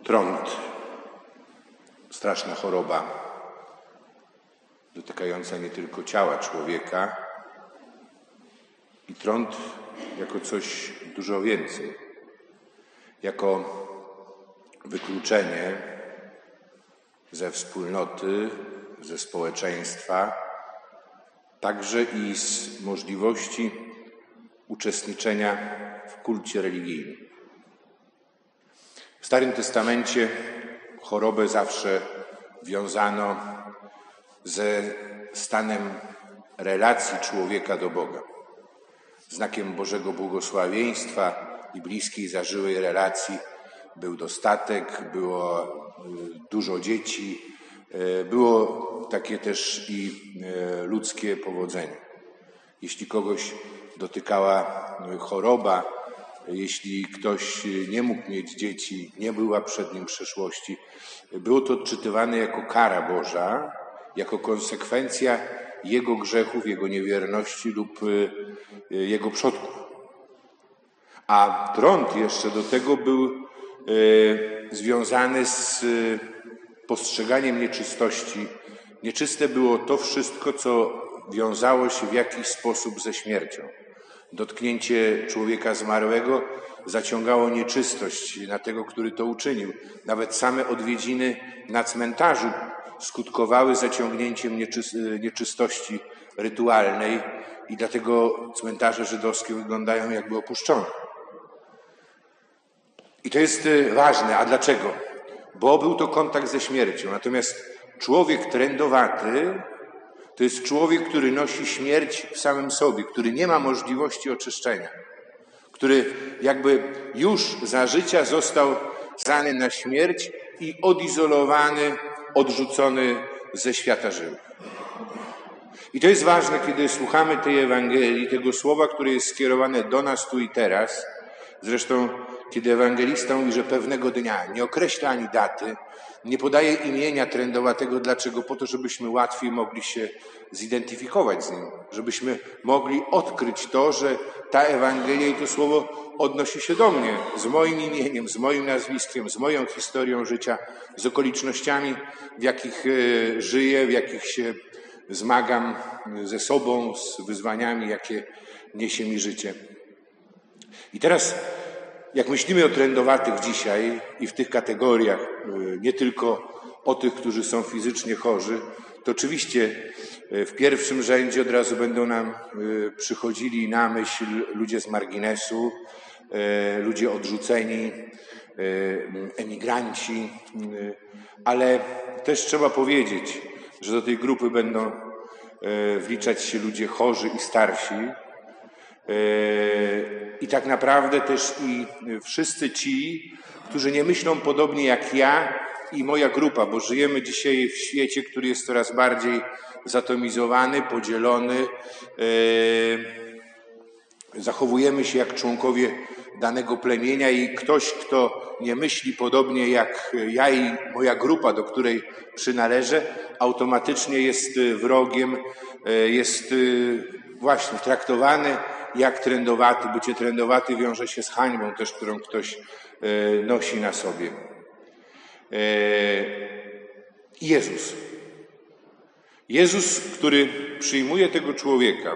Trąd, straszna choroba, dotykająca nie tylko ciała człowieka, i trąd jako coś dużo więcej, jako wykluczenie ze wspólnoty, ze społeczeństwa, także i z możliwości uczestniczenia w kulcie religijnym. W Starym Testamencie chorobę zawsze wiązano ze stanem relacji człowieka do Boga. Znakiem Bożego błogosławieństwa i bliskiej, zażyłej relacji był dostatek, było dużo dzieci, było takie też i ludzkie powodzenie. Jeśli kogoś dotykała choroba, jeśli ktoś nie mógł mieć dzieci, nie była przed nim przyszłości, było to odczytywane jako kara Boża, jako konsekwencja jego grzechów, jego niewierności lub jego przodków. A trąd jeszcze do tego był związany z postrzeganiem nieczystości. Nieczyste było to wszystko, co wiązało się w jakiś sposób ze śmiercią. Dotknięcie człowieka zmarłego zaciągało nieczystość na tego, który to uczynił. Nawet same odwiedziny na cmentarzu skutkowały zaciągnięciem nieczystości rytualnej i dlatego cmentarze żydowskie wyglądają jakby opuszczone. I to jest ważne. A dlaczego? Bo był to kontakt ze śmiercią. Natomiast człowiek trędowaty to jest człowiek, który nosi śmierć w samym sobie, który nie ma możliwości oczyszczenia, który jakby już za życia został skazany na śmierć i odizolowany, odrzucony ze świata żywych. I to jest ważne, kiedy słuchamy tej Ewangelii, tego słowa, które jest skierowane do nas tu i teraz. Zresztą, kiedy ewangelista mówi, że pewnego dnia, nie określa ani daty, nie podaje imienia trędowatego. Dlaczego? Po to, żebyśmy łatwiej mogli się zidentyfikować z nim, żebyśmy mogli odkryć to, że ta Ewangelia i to słowo odnosi się do mnie, z moim imieniem, z moim nazwiskiem, z moją historią życia, z okolicznościami, w jakich żyję, w jakich się zmagam ze sobą, z wyzwaniami, jakie niesie mi życie. I teraz, jak myślimy o trędowatych dzisiaj i w tych kategoriach, nie tylko o tych, którzy są fizycznie chorzy, to oczywiście w pierwszym rzędzie od razu będą nam przychodzili na myśl ludzie z marginesu, ludzie odrzuceni, emigranci, ale też trzeba powiedzieć, że do tej grupy będą wliczać się ludzie chorzy i starsi, i tak naprawdę też i wszyscy ci, którzy nie myślą podobnie jak ja i moja grupa, bo żyjemy dzisiaj w świecie, który jest coraz bardziej zatomizowany, podzielony. Zachowujemy się jak członkowie danego plemienia i ktoś, kto nie myśli podobnie jak ja i moja grupa, do której przynależę, automatycznie jest wrogiem, jest właśnie traktowany jak trędowaty. Bycie trędowaty wiąże się z hańbą też, którą ktoś nosi na sobie. Jezus, który przyjmuje tego człowieka,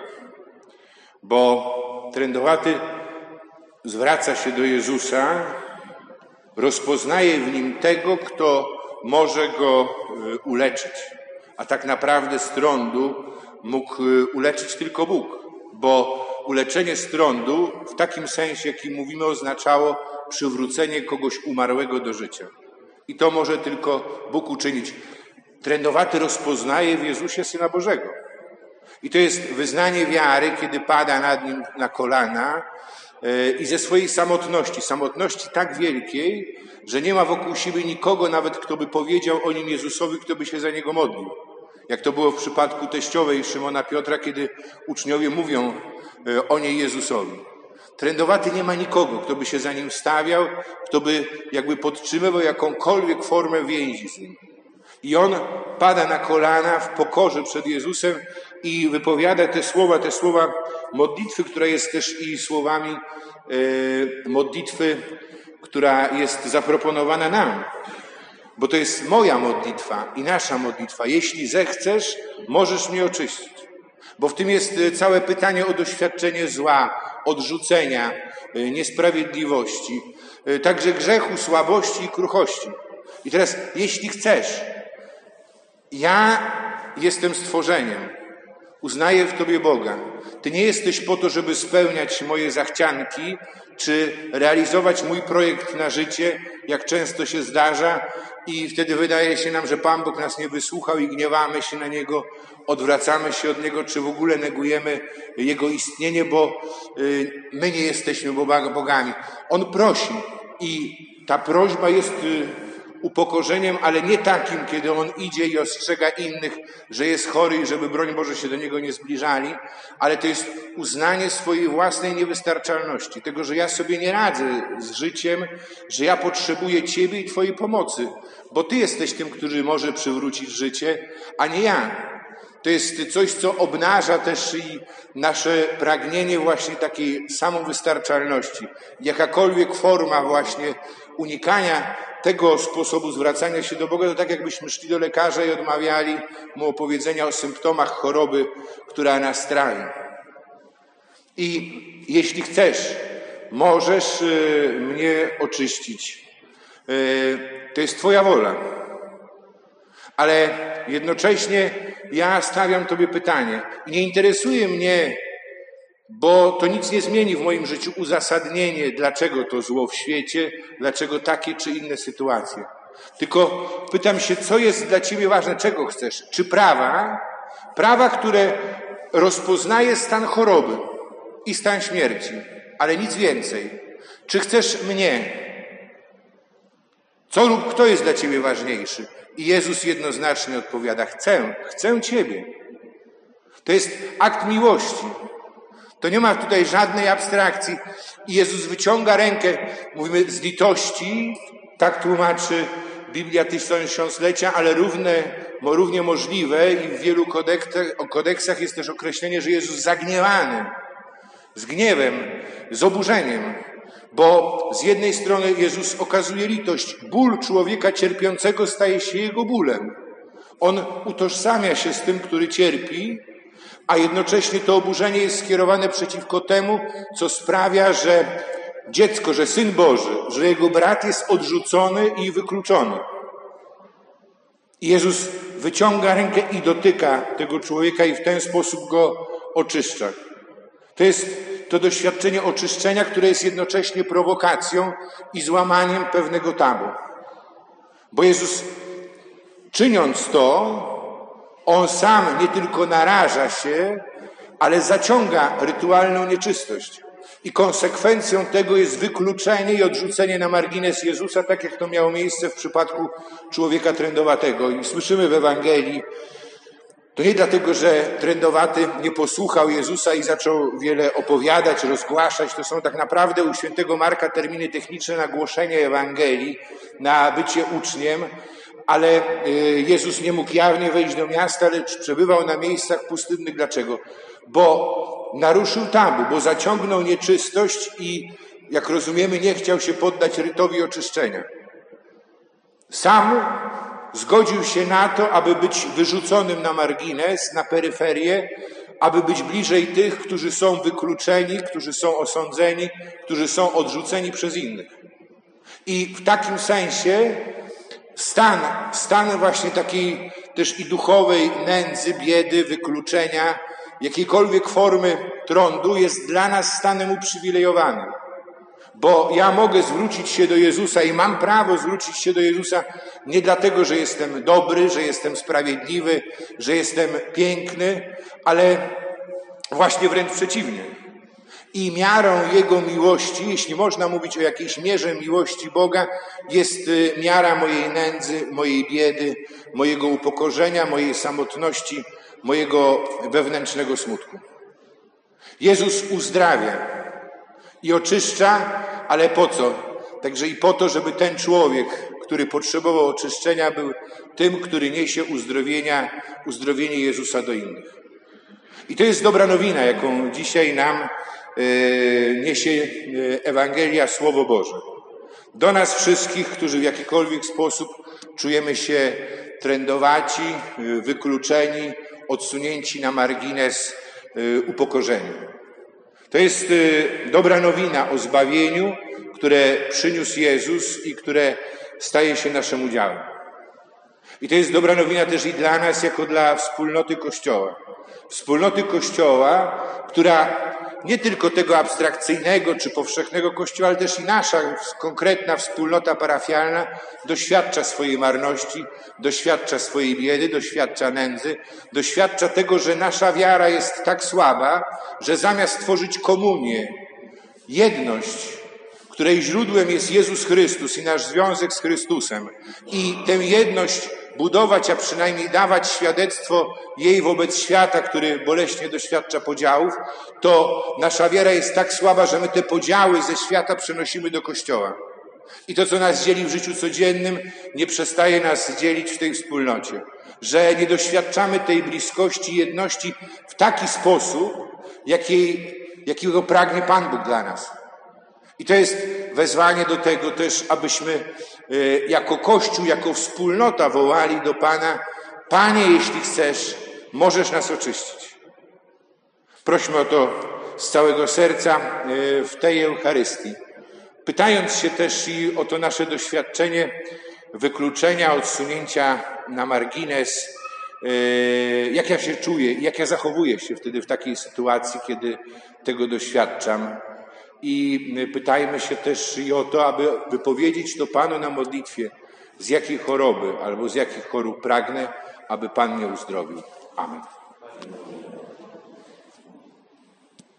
bo trędowaty zwraca się do Jezusa, rozpoznaje w nim tego, kto może go uleczyć. A tak naprawdę z trądu mógł uleczyć tylko Bóg, bo uleczenie z trądu w takim sensie, jaki mówimy, oznaczało przywrócenie kogoś umarłego do życia. I to może tylko Bóg uczynić. Trędowaty rozpoznaje w Jezusie Syna Bożego. I to jest wyznanie wiary, kiedy pada nad nim na kolana i ze swojej samotności tak wielkiej, że nie ma wokół siebie nikogo, nawet kto by powiedział o nim Jezusowi, kto by się za niego modlił. Jak to było w przypadku teściowej Szymona Piotra, kiedy uczniowie mówią o niej Jezusowi. Trędowaty nie ma nikogo, kto by się za nim stawiał, kto by jakby podtrzymywał jakąkolwiek formę więzi z nim. I on pada na kolana w pokorze przed Jezusem i wypowiada te słowa modlitwy, która jest też i słowami modlitwy, która jest zaproponowana nam. Bo to jest moja modlitwa i nasza modlitwa. Jeśli zechcesz, możesz mnie oczyścić. Bo w tym jest całe pytanie o doświadczenie zła, odrzucenia, niesprawiedliwości, także grzechu, słabości i kruchości. I teraz, jeśli chcesz, ja jestem stworzeniem, uznaję w Tobie Boga. Ty nie jesteś po to, żeby spełniać moje zachcianki, czy realizować mój projekt na życie, jak często się zdarza i wtedy wydaje się nam, że Pan Bóg nas nie wysłuchał i gniewamy się na Niego, odwracamy się od Niego, czy w ogóle negujemy Jego istnienie, bo my nie jesteśmy bogami. On prosi i ta prośba jest upokorzeniem, ale nie takim, kiedy on idzie i ostrzega innych, że jest chory i żeby, broń Boże, się do niego nie zbliżali, ale to jest uznanie swojej własnej niewystarczalności, tego, że ja sobie nie radzę z życiem, że ja potrzebuję Ciebie i Twojej pomocy, bo Ty jesteś tym, który może przywrócić życie, a nie ja. To jest coś, co obnaża też i nasze pragnienie właśnie takiej samowystarczalności. Jakakolwiek forma właśnie unikania tego sposobu zwracania się do Boga, to tak jakbyśmy szli do lekarza i odmawiali mu opowiedzenia o symptomach choroby, która nas trawi. I jeśli chcesz, możesz mnie oczyścić. To jest Twoja wola. Ale jednocześnie ja stawiam Tobie pytanie. Nie interesuje mnie, bo to nic nie zmieni w moim życiu, uzasadnienie, dlaczego to zło w świecie, dlaczego takie czy inne sytuacje. Tylko pytam się, co jest dla Ciebie ważne, czego chcesz? Czy prawa, które rozpoznaje stan choroby i stan śmierci, ale nic więcej. Czy chcesz mnie? Co lub kto jest dla Ciebie ważniejszy? I Jezus jednoznacznie odpowiada, chcę Ciebie. To jest akt miłości. To nie ma tutaj żadnej abstrakcji. I Jezus wyciąga rękę, mówimy z litości, tak tłumaczy Biblia Tysiąclecia, ale równie możliwe i w wielu kodeksach jest też określenie, że Jezus zagniewany, z gniewem, z oburzeniem. Bo z jednej strony Jezus okazuje litość. Ból człowieka cierpiącego staje się jego bólem. On utożsamia się z tym, który cierpi, a jednocześnie to oburzenie jest skierowane przeciwko temu, co sprawia, że dziecko, że Syn Boży, że jego brat jest odrzucony i wykluczony. I Jezus wyciąga rękę i dotyka tego człowieka i w ten sposób go oczyszcza. To jest to doświadczenie oczyszczenia, które jest jednocześnie prowokacją i złamaniem pewnego tabu. Bo Jezus, czyniąc to, On sam nie tylko naraża się, ale zaciąga rytualną nieczystość. I konsekwencją tego jest wykluczenie i odrzucenie na margines Jezusa, tak jak to miało miejsce w przypadku człowieka trędowatego. I słyszymy w Ewangelii, to nie dlatego, że trędowaty nie posłuchał Jezusa i zaczął wiele opowiadać, rozgłaszać. To są tak naprawdę u świętego Marka terminy techniczne na głoszenie Ewangelii, na bycie uczniem, ale Jezus nie mógł jawnie wejść do miasta, lecz przebywał na miejscach pustynnych. Dlaczego? Bo naruszył tabu, bo zaciągnął nieczystość i, jak rozumiemy, nie chciał się poddać rytowi oczyszczenia. Sam zgodził się na to, aby być wyrzuconym na margines, na peryferię, aby być bliżej tych, którzy są wykluczeni, którzy są osądzeni, którzy są odrzuceni przez innych. I w takim sensie stan właśnie takiej też i duchowej nędzy, biedy, wykluczenia, jakiejkolwiek formy trądu jest dla nas stanem uprzywilejowanym. Bo ja mogę zwrócić się do Jezusa i mam prawo zwrócić się do Jezusa nie dlatego, że jestem dobry, że jestem sprawiedliwy, że jestem piękny, ale właśnie wręcz przeciwnie. I miarą Jego miłości, jeśli można mówić o jakiejś mierze miłości Boga, jest miara mojej nędzy, mojej biedy, mojego upokorzenia, mojej samotności, mojego wewnętrznego smutku. Jezus uzdrawia i oczyszcza, ale po co? Także i po to, żeby ten człowiek, który potrzebował oczyszczenia, był tym, który niesie uzdrowienie Jezusa do innych. I to jest dobra nowina, jaką dzisiaj nam niesie Ewangelia, Słowo Boże. Do nas wszystkich, którzy w jakikolwiek sposób czujemy się trędowaci, wykluczeni, odsunięci na margines, upokorzeni. To jest dobra nowina o zbawieniu, które przyniósł Jezus i które staje się naszym udziałem. I to jest dobra nowina też i dla nas, jako dla wspólnoty Kościoła. Wspólnoty Kościoła, która nie tylko tego abstrakcyjnego czy powszechnego Kościoła, ale też i nasza konkretna wspólnota parafialna doświadcza swojej marności, doświadcza swojej biedy, doświadcza nędzy, doświadcza tego, że nasza wiara jest tak słaba, że zamiast tworzyć komunię, jedność, której źródłem jest Jezus Chrystus i nasz związek z Chrystusem, i tę jedność budować, a przynajmniej dawać świadectwo jej wobec świata, który boleśnie doświadcza podziałów, to nasza wiara jest tak słaba, że my te podziały ze świata przenosimy do Kościoła. I to, co nas dzieli w życiu codziennym, nie przestaje nas dzielić w tej wspólnocie. Że nie tej bliskości, jedności w taki sposób, jakiego pragnie Pan Bóg dla nas. I to jest wezwanie do tego też, abyśmy jako Kościół, jako wspólnota wołali do Pana: Panie, jeśli chcesz, możesz nas oczyścić. Prośmy o to z całego serca w tej Eucharystii. Pytając się też i o to nasze doświadczenie wykluczenia, odsunięcia na margines, jak ja się czuję i jak ja zachowuję się wtedy w takiej sytuacji, kiedy tego doświadczam. I pytajmy się też i o to, aby wypowiedzieć to Panu na modlitwie, z jakiej choroby albo z jakich chorób pragnę, aby Pan mnie uzdrowił. Amen.